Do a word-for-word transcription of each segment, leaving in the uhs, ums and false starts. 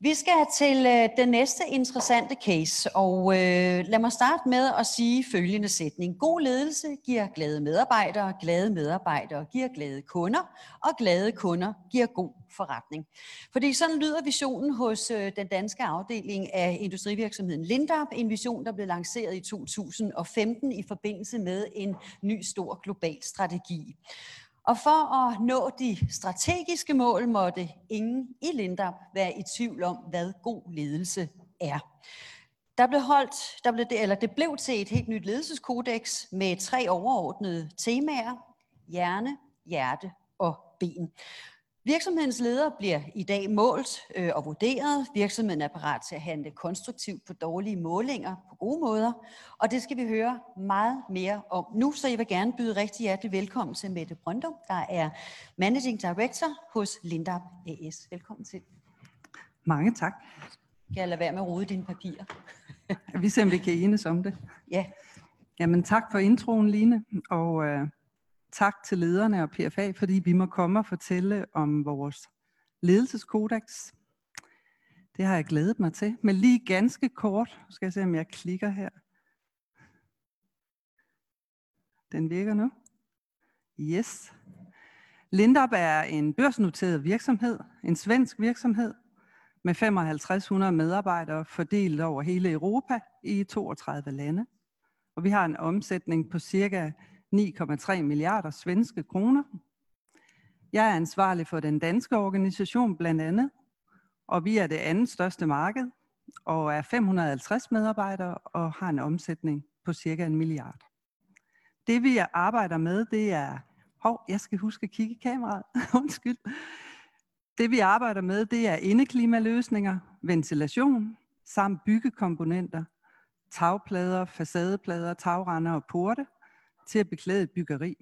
Vi skal til øh, den næste interessante case, og øh, lad mig starte med at sige følgende sætning. God ledelse giver glade medarbejdere, glade medarbejdere giver glade kunder, og glade kunder giver god forretning. Fordi sådan lyder visionen hos øh, den danske afdeling af industrivirksomheden Lindab, en vision, der blev lanceret i to tusind og femten i forbindelse med en ny stor global strategi. Og for at nå de strategiske mål, måtte ingen i Lindab være i tvivl om, hvad god ledelse er. Der blev holdt, der blev det, eller det blev til et helt nyt ledelseskodex med tre overordnede temaer: hjerne, hjerte og ben. Virksomhedens ledere bliver i dag målt øh, og vurderet. Virksomheden er parat til at handle konstruktivt på dårlige målinger på gode måder, og det skal vi høre meget mere om nu, så jeg vil gerne byde rigtig hjertelig velkommen til Mette Brøndum, der er Managing Director hos Lindab A S. Velkommen til. Mange tak. Kan jeg lade være med at rode dine papirer? Vi simpelthen kan enes om det. Ja. Jamen tak for introen, Line, og øh, tak til lederne og P F A, fordi vi må komme og fortælle om vores ledelseskodex. Det har jeg glædet mig til. Men lige ganske kort, skal jeg se, om jeg klikker her. Den virker nu. Yes. Lindab er en børsnoteret virksomhed, en svensk virksomhed, med fem tusind fem hundrede medarbejdere fordelt over hele Europa i toogtredive lande. Og vi har en omsætning på cirka ni komma tre milliarder svenske kroner. Jeg er ansvarlig for den danske organisation blandt andet, og vi er det andet største marked og er fem hundrede og halvtreds medarbejdere og har en omsætning på cirka en milliard. Det vi arbejder med, det er... Hov, jeg skal huske at kigge i kameraet. Undskyld. Det vi arbejder med, det er indeklimaløsninger, ventilation samt byggekomponenter, tagplader, facadeplader, tagrender og porte til at beklæde et byggeri.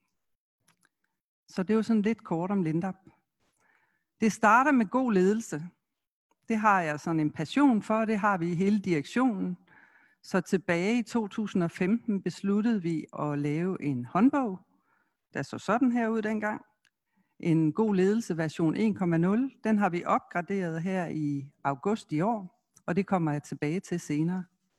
Så det er jo sådan lidt kort om Lindab. Det starter med god ledelse. Det har jeg sådan en passion for, det har vi i hele direktionen. Så tilbage i to tusind og femten besluttede vi at lave en håndbog, der så sådan her ud dengang. En god ledelse version en komma nul. Den har vi opgraderet her i august i år, og det kommer jeg tilbage til senere.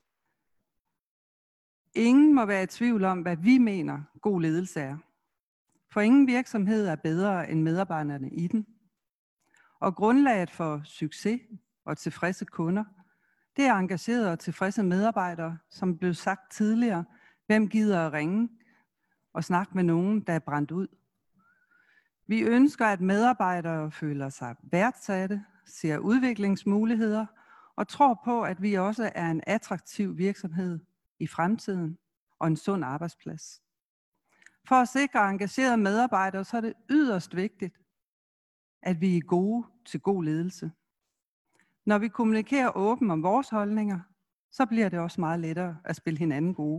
Ingen må være i tvivl om, hvad vi mener god ledelse er. For ingen virksomhed er bedre end medarbejderne i den. Og grundlaget for succes og tilfredse kunder, det er engagerede og tilfredse medarbejdere, som blev sagt tidligere. Hvem gider at ringe og snakke med nogen, der er brændt ud? Vi ønsker, at medarbejdere føler sig værdsatte, ser udviklingsmuligheder og tror på, at vi også er en attraktiv virksomhed i fremtiden og en sund arbejdsplads. For at sikre engagerede medarbejdere, så er det yderst vigtigt, at vi er gode til god ledelse. Når vi kommunikerer åbent om vores holdninger, så bliver det også meget lettere at spille hinanden gode.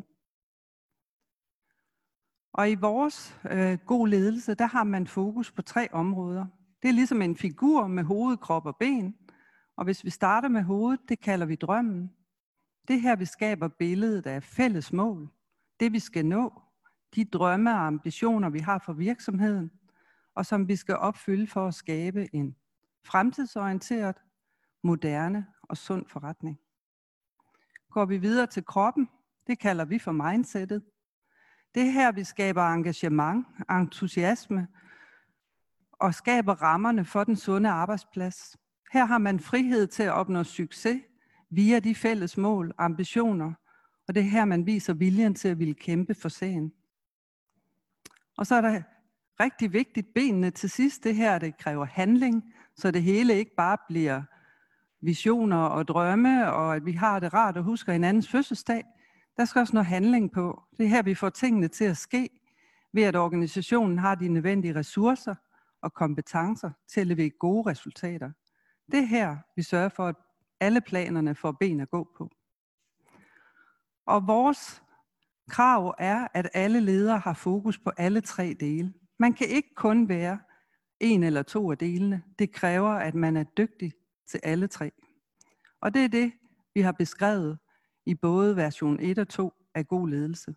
Og i vores øh, god ledelse, der har man fokus på tre områder. Det er ligesom en figur med hoved, krop og ben. Og hvis vi starter med hovedet, det kalder vi drømmen. Det her, vi skaber billedet af fælles mål. Det vi skal nå. De drømme og ambitioner, vi har for virksomheden. Og som vi skal opfylde for at skabe en fremtidsorienteret, moderne og sund forretning. Går vi videre til kroppen, det kalder vi for mindsetet. Det er her, vi skaber engagement, entusiasme og skaber rammerne for den sunde arbejdsplads. Her har man frihed til at opnå succes via de fælles mål, ambitioner, og det er her, man viser viljen til at ville kæmpe for sagen. Og så er der rigtig vigtigt benene til sidst. Det her, det kræver handling, så det hele ikke bare bliver visioner og drømme, og at vi har det rart og husker hinandens fødselsdag. Der skal også noget handling på. Det er her, vi får tingene til at ske, ved at organisationen har de nødvendige ressourcer og kompetencer til at levere gode resultater. Det er her, vi sørger for, at alle planerne får ben at gå på. Og vores krav er, at alle ledere har fokus på alle tre dele. Man kan ikke kun være en eller to af delene. Det kræver, at man er dygtig til alle tre. Og det er det, vi har beskrevet i både version et og to af god ledelse.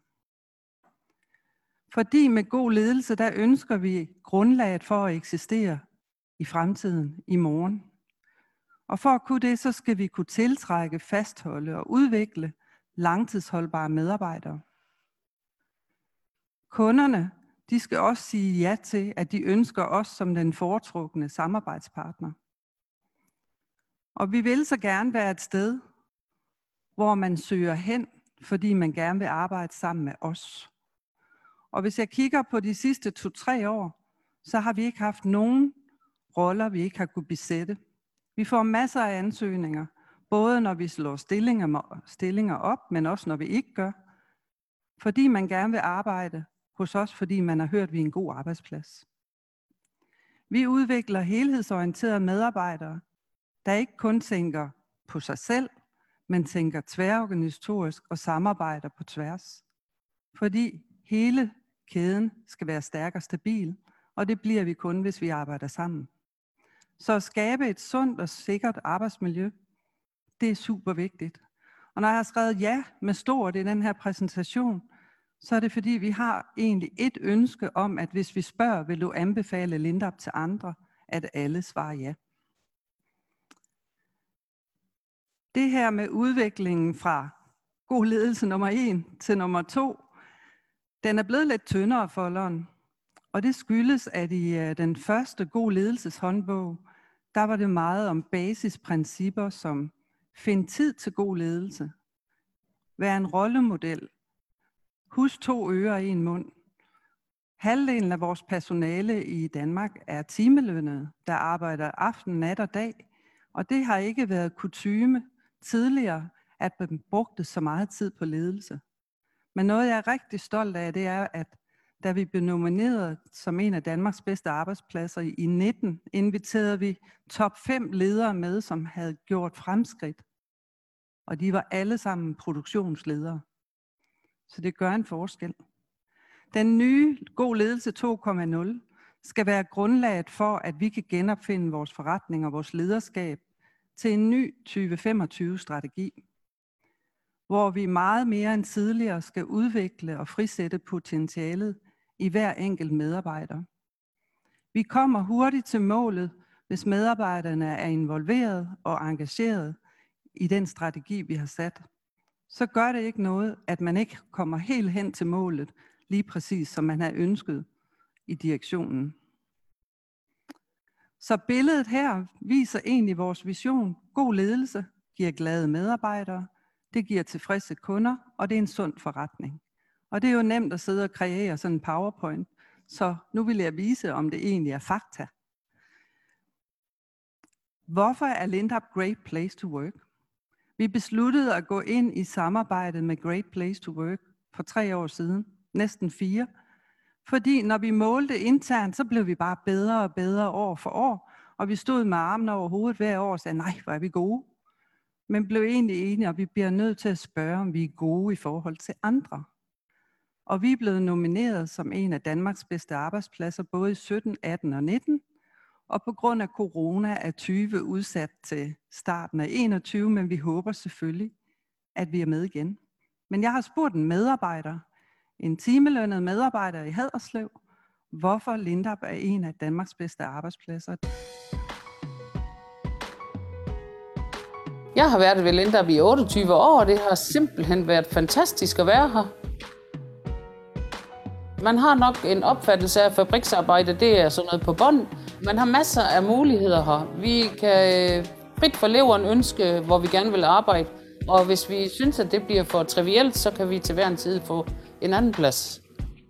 Fordi med god ledelse, der ønsker vi grundlaget for at eksistere i fremtiden, i morgen. Og for at kunne det, så skal vi kunne tiltrække, fastholde og udvikle langtidsholdbare medarbejdere. Kunderne, de skal også sige ja til, at de ønsker os som den foretrukne samarbejdspartner. Og vi vil så gerne være et sted, hvor man søger hen, fordi man gerne vil arbejde sammen med os. Og hvis jeg kigger på de sidste to-tre år, så har vi ikke haft nogen roller, vi ikke har kunne besætte. Vi får masser af ansøgninger, både når vi slår stillinger, stillinger op, men også når vi ikke gør. Fordi man gerne vil arbejde hos os, fordi man har hørt, at vi er en god arbejdsplads. Vi udvikler helhedsorienterede medarbejdere, der ikke kun tænker på sig selv, men tænker tværorganisatorisk og samarbejder på tværs. Fordi hele kæden skal være stærk og stabil, og det bliver vi kun, hvis vi arbejder sammen. Så at skabe et sundt og sikkert arbejdsmiljø, det er super vigtigt. Og når jeg har skrevet ja med stort i den her præsentation, så er det fordi, vi har egentlig et ønske om, at hvis vi spørger, vil du anbefale Lindab til andre, at alle svarer ja. Det her med udviklingen fra god ledelse nummer en til nummer to, den er blevet lidt tyndere folderen. Og det skyldes, at i den første god ledelseshåndbog, der var det meget om basisprincipper som find tid til god ledelse, vær en rollemodel, husk to ører i en mund. Halvdelen af vores personale i Danmark er timelønnede, der arbejder aften, nat og dag, og det har ikke været kutyme tidligere, at man brugte så meget tid på ledelse. Men noget, jeg er rigtig stolt af, det er, at da vi blev nomineret som en af Danmarks bedste arbejdspladser i nitten, inviterede vi top fem ledere med, som havde gjort fremskridt. Og de var alle sammen produktionsledere. Så det gør en forskel. Den nye God Ledelse to punkt nul skal være grundlaget for, at vi kan genopfinde vores forretning og vores lederskab til en ny tyve femogtyve-strategi, hvor vi meget mere end tidligere skal udvikle og frisætte potentialet i hver enkelt medarbejder. Vi kommer hurtigt til målet, hvis medarbejderne er involveret og engageret i den strategi, vi har sat. Så gør det ikke noget, at man ikke kommer helt hen til målet, lige præcis som man har ønsket i direktionen. Så billedet her viser egentlig vores vision. God ledelse giver glade medarbejdere, det giver tilfredse kunder, og det er en sund forretning. Og det er jo nemt at sidde og kreere sådan en PowerPoint, så nu vil jeg vise, om det egentlig er fakta. Hvorfor er Lindab Great Place to Work? Vi besluttede at gå ind i samarbejdet med Great Place to Work for tre år siden, næsten fire. Fordi når vi målte internt, så blev vi bare bedre og bedre år for år. Og vi stod med armene over hovedet hver år og sagde, nej, hvor er vi gode. Men blev egentlig enige, og vi bliver nødt til at spørge, om vi er gode i forhold til andre. Og vi er blevet nomineret som en af Danmarks bedste arbejdspladser, både i sytten, atten og nitten. Og på grund af corona er tyve udsat til starten af enogtyve, men vi håber selvfølgelig, at vi er med igen. Men jeg har spurgt en medarbejder, en timelønnet medarbejder i Haderslev, hvorfor Lindab er en af Danmarks bedste arbejdspladser. Jeg har været ved Lindab i otteogtyve år, og det har simpelthen været fantastisk at være her. Man har nok en opfattelse af, at fabriksarbejde det er sådan noget på bånd. Man har masser af muligheder her. Vi kan frit for leveren ønske, hvor vi gerne vil arbejde. Og hvis vi synes, at det bliver for trivielt, så kan vi til hver en tid få en anden plads.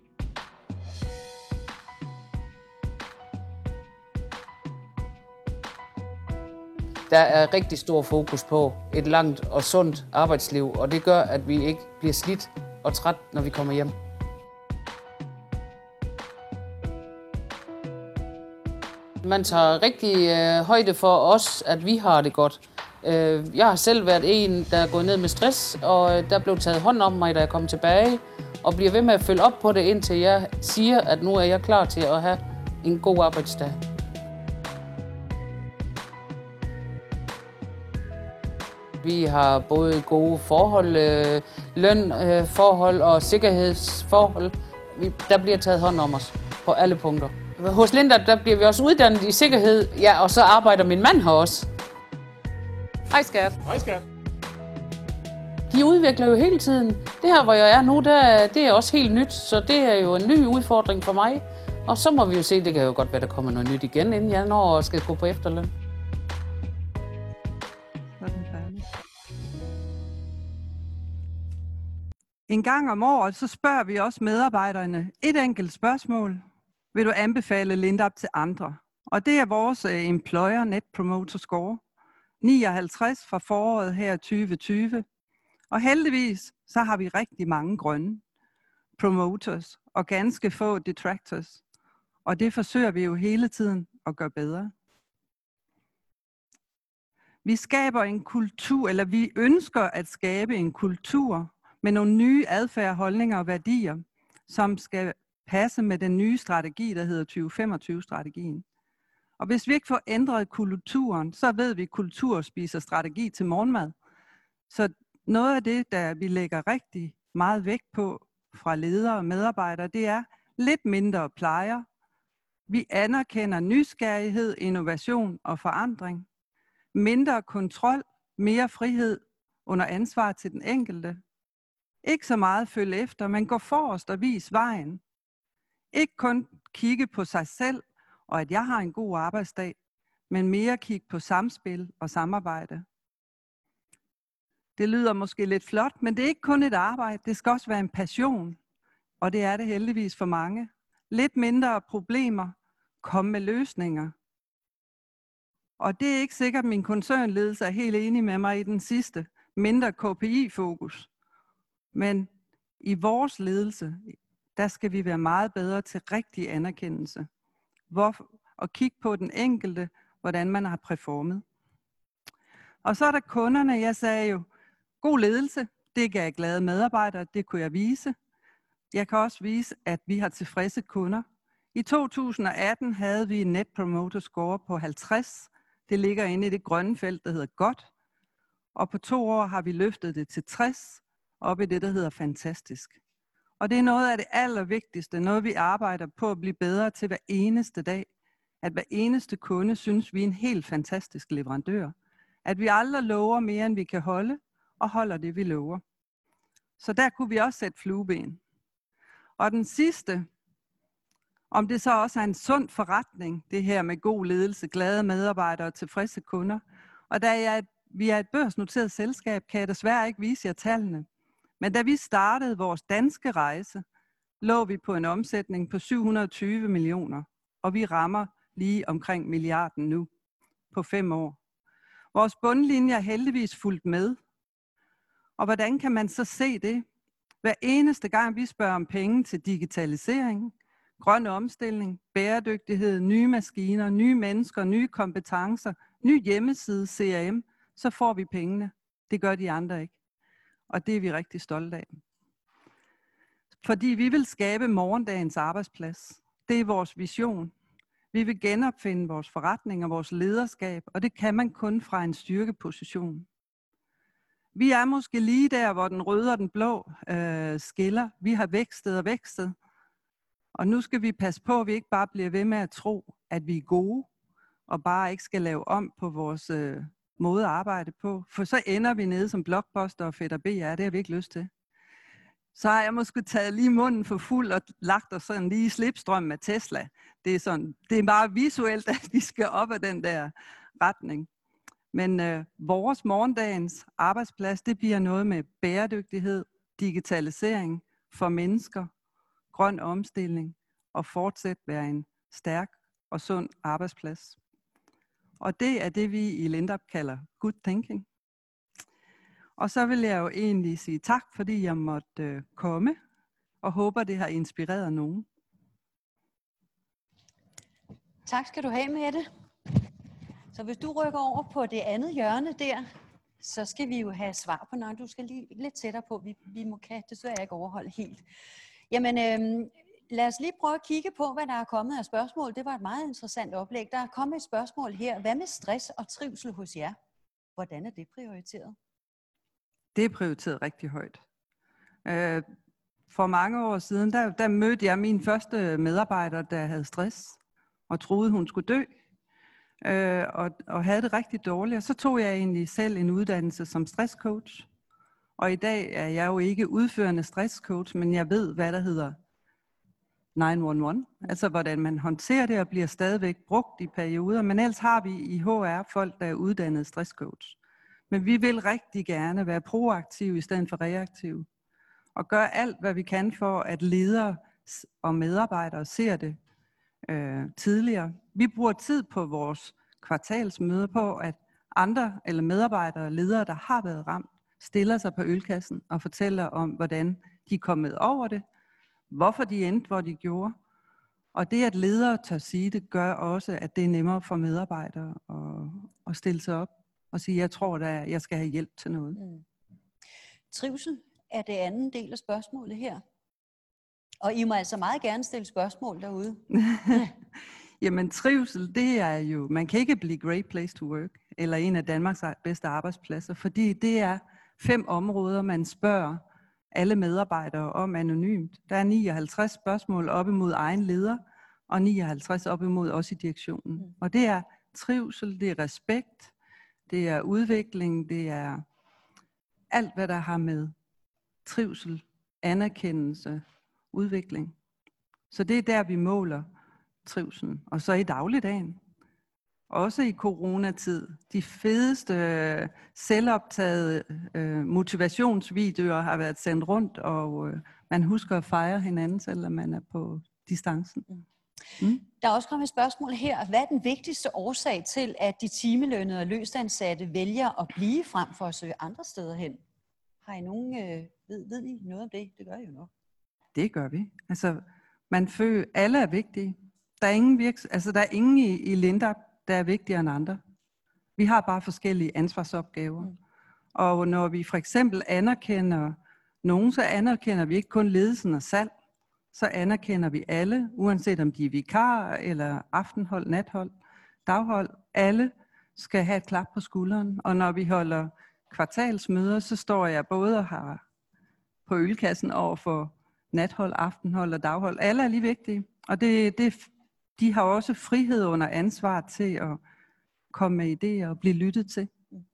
Der er rigtig stor fokus på et langt og sundt arbejdsliv, og det gør, at vi ikke bliver slidt og træt, når vi kommer hjem. Man tager rigtig øh, højde for os, at vi har det godt. Øh, jeg har selv været en, der er gået ned med stress, og der blev taget hånd om mig, da jeg kom tilbage, og bliver ved med at følge op på det, indtil jeg siger, at nu er jeg klar til at have en god arbejdsdag. Vi har både gode forhold, øh, løn, øh, forhold og sikkerhedsforhold. Vi, der bliver taget hånd om os på alle punkter. Hos Lindab der bliver vi også uddannet i sikkerhed, ja, og så arbejder min mand her også. Hej skat. Hej skat. De udvikler jo hele tiden. Det her, hvor jeg er nu, der, det er også helt nyt, så det er jo en ny udfordring for mig. Og så må vi jo se, det kan jo godt være, der kommer noget nyt igen, inden jeg når og skal gå på efterløn. En gang om året, så spørger vi også medarbejderne et enkelt spørgsmål. Vil du anbefale Lindab til andre? Og det er vores uh, Employer Net Promoter Score. nioghalvtreds fra foråret her tyve tyve. Og heldigvis, så har vi rigtig mange grønne promoters og ganske få detractors. Og det forsøger vi jo hele tiden at gøre bedre. Vi skaber en kultur, eller vi ønsker at skabe en kultur med nogle nye adfærd, holdninger og værdier, som skal passe med den nye strategi, der hedder tyve femogtyve-strategien. Og hvis vi ikke får ændret kulturen, så ved vi, at kultur spiser strategi til morgenmad. Så noget af det, der vi lægger rigtig meget vægt på fra ledere og medarbejdere, det er lidt mindre plejer. Vi anerkender nysgerrighed, innovation og forandring. Mindre kontrol, mere frihed under ansvar til den enkelte. Ikke så meget følge efter, men gå forrest og vis vejen. Ikke kun kigge på sig selv, og at jeg har en god arbejdsdag, men mere kigge på samspil og samarbejde. Det lyder måske lidt flot, men det er ikke kun et arbejde, det skal også være en passion, og det er det heldigvis for mange. Lidt mindre problemer, kom med løsninger. Og det er ikke sikkert, at min koncernledelse er helt enig med mig i den sidste, mindre K P I-fokus. Men i vores ledelse, der skal vi være meget bedre til rigtig anerkendelse. Hvor, og kigge på den enkelte, hvordan man har performet. Og så er der kunderne. Jeg sagde jo, god ledelse, det gav glade medarbejdere, det kunne jeg vise. Jeg kan også vise, at vi har tilfredse kunder. I to tusind og atten havde vi en Net Promoter Score på halvtreds. Det ligger inde i det grønne felt, der hedder godt. Og på to år har vi løftet det til tres, op i det, der hedder fantastisk. Og det er noget af det allervigtigste, noget vi arbejder på at blive bedre til hver eneste dag. At hver eneste kunde synes, vi er en helt fantastisk leverandør. At vi aldrig lover mere, end vi kan holde, og holder det, vi lover. Så der kunne vi også sætte flueben. Og den sidste, om det så også er en sund forretning, det her med god ledelse, glade medarbejdere og tilfredse kunder. Og da jeg, vi er et børsnoteret selskab, kan jeg desværre ikke vise jer tallene. Men da vi startede vores danske rejse, lå vi på en omsætning på syv hundrede og tyve millioner, og vi rammer lige omkring milliarden nu på fem år. Vores bundlinje er heldigvis fulgt med. Og hvordan kan man så se det? Hver eneste gang vi spørger om penge til digitalisering, grøn omstilling, bæredygtighed, nye maskiner, nye mennesker, nye kompetencer, ny hjemmeside, C R M, så får vi pengene. Det gør de andre ikke. Og det er vi rigtig stolte af. Fordi vi vil skabe morgendagens arbejdsplads. Det er vores vision. Vi vil genopfinde vores forretning og vores lederskab, og det kan man kun fra en styrkeposition. Vi er måske lige der, hvor den røde og den blå øh, skiller. Vi har vækstet og vækstet. Og nu skal vi passe på, at vi ikke bare bliver ved med at tro, at vi er gode, og bare ikke skal lave om på vores øh, måde at arbejde på. For så ender vi nede som Blockbuster og Fætter B R. Det har vi ikke lyst til. Så har jeg måske taget lige munden for fuld og lagt os sådan lige i slipstrøm med Tesla. Det er, sådan, det er bare visuelt, at vi skal op ad den der retning. Men øh, vores morgendagens arbejdsplads, det bliver noget med bæredygtighed, digitalisering for mennesker, grøn omstilling og fortsat være en stærk og sund arbejdsplads. Og det er det, vi i Lindab kalder good thinking. Og så vil jeg jo egentlig sige tak, fordi jeg måtte øh, komme, og håber, det har inspireret nogen. Tak skal du have, Mette. Så hvis du rykker over på det andet hjørne der, så skal vi jo have svar på noget. Du skal lige lidt tættere på. Vi, vi må kan desværre ikke overholde helt. Jamen, øhm, lad os lige prøve at kigge på, hvad der er kommet af spørgsmål. Det var et meget interessant oplæg. Der er kommet et spørgsmål her. Hvad med stress og trivsel hos jer? Hvordan er det prioriteret? Det er prioriteret rigtig højt. Øh, for mange år siden, der, der mødte jeg min første medarbejder, der havde stress og troede, hun skulle dø. øh, og, og havde det rigtig dårligt. Og så tog jeg egentlig selv en uddannelse som stresscoach. Og i dag er jeg jo ikke udførende stresscoach, men jeg ved, hvad der hedder ni et et. Altså hvordan man håndterer det og bliver stadigvæk brugt i perioder. Men ellers har vi i H R folk, der er uddannet stresscoach. Men vi vil rigtig gerne være proaktive i stedet for reaktive. Og gøre alt, hvad vi kan for, at ledere og medarbejdere ser det øh, tidligere. Vi bruger tid på vores kvartalsmøder på, at andre eller medarbejdere og ledere, der har været ramt, stiller sig på ølkassen og fortæller om, hvordan de er kommet over det, hvorfor de endte, hvor de gjorde. Og det, at ledere tør sige det, gør også, at det er nemmere for medarbejdere at, at stille sig op og sige, jeg tror, at jeg skal have hjælp til noget. Mm. Trivsel er det anden del af spørgsmålet her. Og I må altså meget gerne stille spørgsmål derude. Jamen trivsel, det er jo, man kan ikke blive Great Place to Work, eller en af Danmarks bedste arbejdspladser, fordi det er fem områder, man spørger alle medarbejdere om anonymt. Der er nioghalvtreds spørgsmål op imod egen leder, og nioghalvtreds op imod os i direktionen. Mm. Og det er trivsel, det er respekt, det er udvikling, det er alt, hvad der har med trivsel, anerkendelse, udvikling. Så det er der, vi måler trivselen. Og så i dagligdagen. Også i coronatid. De fedeste øh, selvoptagede øh, motivationsvideoer har været sendt rundt, og øh, man husker at fejre hinanden, selvom man er på distancen. Mm. Der er også kommet et spørgsmål her. Hvad er den vigtigste årsag til, at de timelønnede og løstansatte vælger at blive frem for at søge andre steder hen? Har I nogen, øh, ved, ved I noget om det? Det gør I jo nok. Det gør vi. Altså, man føler, alle er vigtige. Der er ingen, virks- altså, der er ingen i, i Lindab, der er vigtigere end andre. Vi har bare forskellige ansvarsopgaver. Mm. Og når vi for eksempel anerkender nogen, så anerkender vi ikke kun ledelsen og salg. Så anerkender vi alle, uanset om de er vikarer eller aftenhold, nathold, daghold. Alle skal have et klap på skulderen. Og når vi holder kvartalsmøder, så står jeg både og har på ølkassen over for nathold, aftenhold og daghold. Alle er lige vigtige. Og det, det, de har også frihed under ansvar til at komme med idéer og blive lyttet til.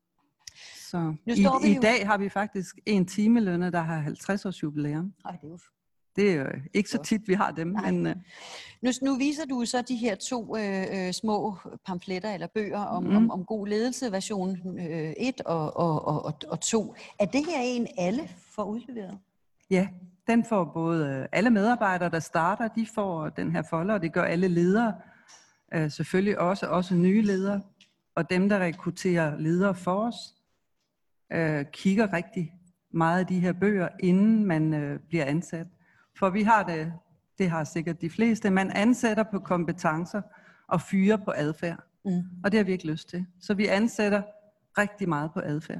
Så i, i dag har vi faktisk en timelønner, der har halvtreds års jubilæum. Ej, det er jo Det er jo ikke så tit, vi har dem. Men, uh... nu, nu viser du så de her to øh, små pamfletter eller bøger om, mm. om, om god ledelse, version øh, et og, og, og, og to. Er det her en, alle får udleveret? Ja, den får både alle medarbejdere, der starter, de får den her folder, og det gør alle ledere. Øh, selvfølgelig også, også nye ledere, og dem, der rekrutterer ledere for os, øh, kigger rigtig meget af de her bøger, inden man øh, bliver ansat. For vi har det, det har sikkert de fleste, man ansætter på kompetencer og fyrer på adfærd. Mm. Og det har vi ikke lyst til. Så vi ansætter rigtig meget på adfærd.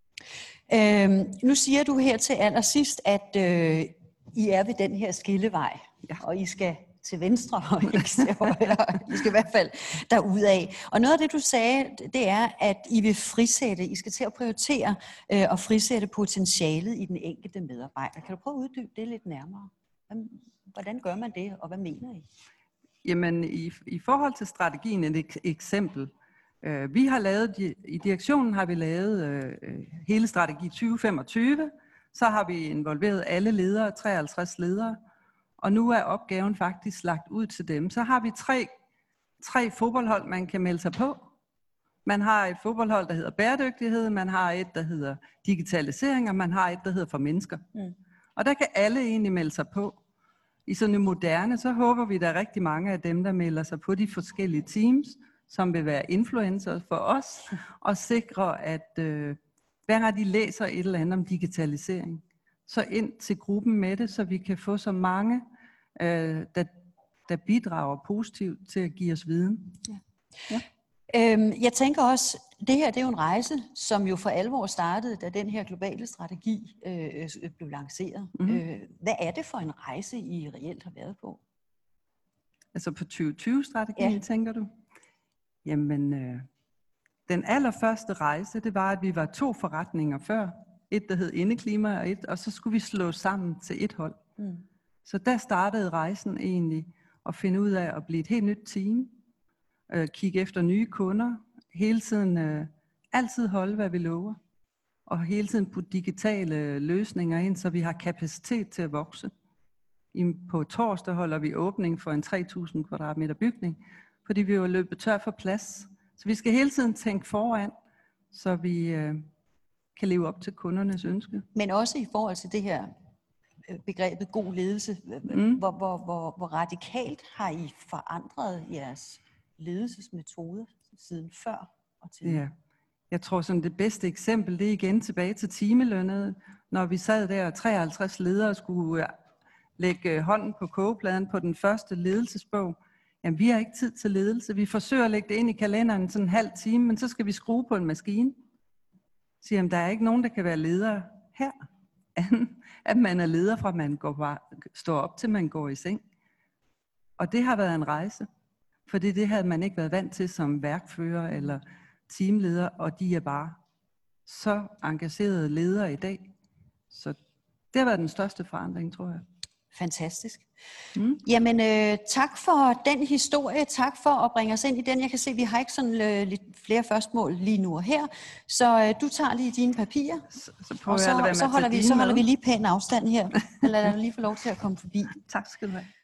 Øhm, nu siger du her til allersidst, at øh, I er ved den her skillevej, ja. Og I skal til venstre og ikke til højre. I skal i hvert fald derudad. Og noget af det, du sagde, det er, at I vil frisætte, I skal til at prioritere øh, og frisætte potentialet i den enkelte medarbejder. Kan du prøve at uddybe det lidt nærmere? Hvordan gør man det, og hvad mener I? Jamen, i, i forhold til strategien, et ek- eksempel. Øh, vi har lavet, i direktionen har vi lavet øh, hele strategi tyve femogtyve, så har vi involveret alle ledere, treoghalvtreds ledere, og nu er opgaven faktisk lagt ud til dem. Så har vi tre, tre fodboldhold, man kan melde sig på. Man har et fodboldhold, der hedder bæredygtighed, man har et, der hedder digitalisering, og man har et, der hedder for mennesker. Mm. Og der kan alle egentlig melde sig på. I sådan en moderne, så håber vi, der er rigtig mange af dem, der melder sig på de forskellige teams, som vil være influencer for os, og sikre, at øh, hver gang de læser et eller andet om digitalisering, så ind til gruppen med det, så vi kan få så mange, øh, der, der bidrager positivt til at give os viden. Ja. Ja. Øhm, jeg tænker også, det her det er jo en rejse, som jo for alvor startede, da den her globale strategi øh, blev lanceret. Mm-hmm. Øh, hvad er det for en rejse, I reelt har været på? Altså på tyve tyve-strategien, ja. Tænker du? Jamen, øh, den allerførste rejse, det var, at vi var to forretninger før. Et, der hed Indeklima, og et, og så skulle vi slå sammen til et hold. Mm. Så der startede rejsen egentlig at finde ud af at blive et helt nyt team. øh, kigge efter nye kunder, hele tiden øh, altid holde, hvad vi lover, og hele tiden putte digitale løsninger ind, så vi har kapacitet til at vokse. I, på torsdag holder vi åbning for en tre tusind kvadratmeter bygning, fordi vi jo løbet tør for plads. Så vi skal hele tiden tænke foran, så vi øh, kan leve op til kundernes ønske. Men også i forhold til det her øh, begrebet god ledelse, Mm. hvor, hvor, hvor, hvor radikalt har I forandret jeres ledelsesmetoder siden før og til? Ja. Jeg tror sådan det bedste eksempel, det er igen tilbage til timelønnet. Når vi sad der, og treoghalvtreds ledere skulle lægge hånden på kogepladen på den første ledelsesbog. Jamen, vi har ikke tid til ledelse. Vi forsøger at lægge det ind i kalenderen sådan en halv time, men så skal vi skrue på en maskine. Siger, jamen, der er ikke nogen, der kan være leder her. At man er leder fra, man går bare, står op til, man går i seng. Og det har været en rejse. Fordi det havde man ikke været vant til som værkfører eller teamleder, og de er bare så engagerede ledere i dag. Så det har været den største forandring, tror jeg. Fantastisk. Mm. Jamen, øh, tak for den historie. Tak for at bringe os ind i den. Jeg kan se, at vi har ikke sådan øh, lidt flere spørgsmål lige nu og her. Så øh, du tager lige dine papirer, Så, så prøver og jeg at lade så, være så, med holder at vi, tage så dine holder med. vi lige pæn afstand her. Lad dig lige få lov til at komme forbi. Tak skal du have.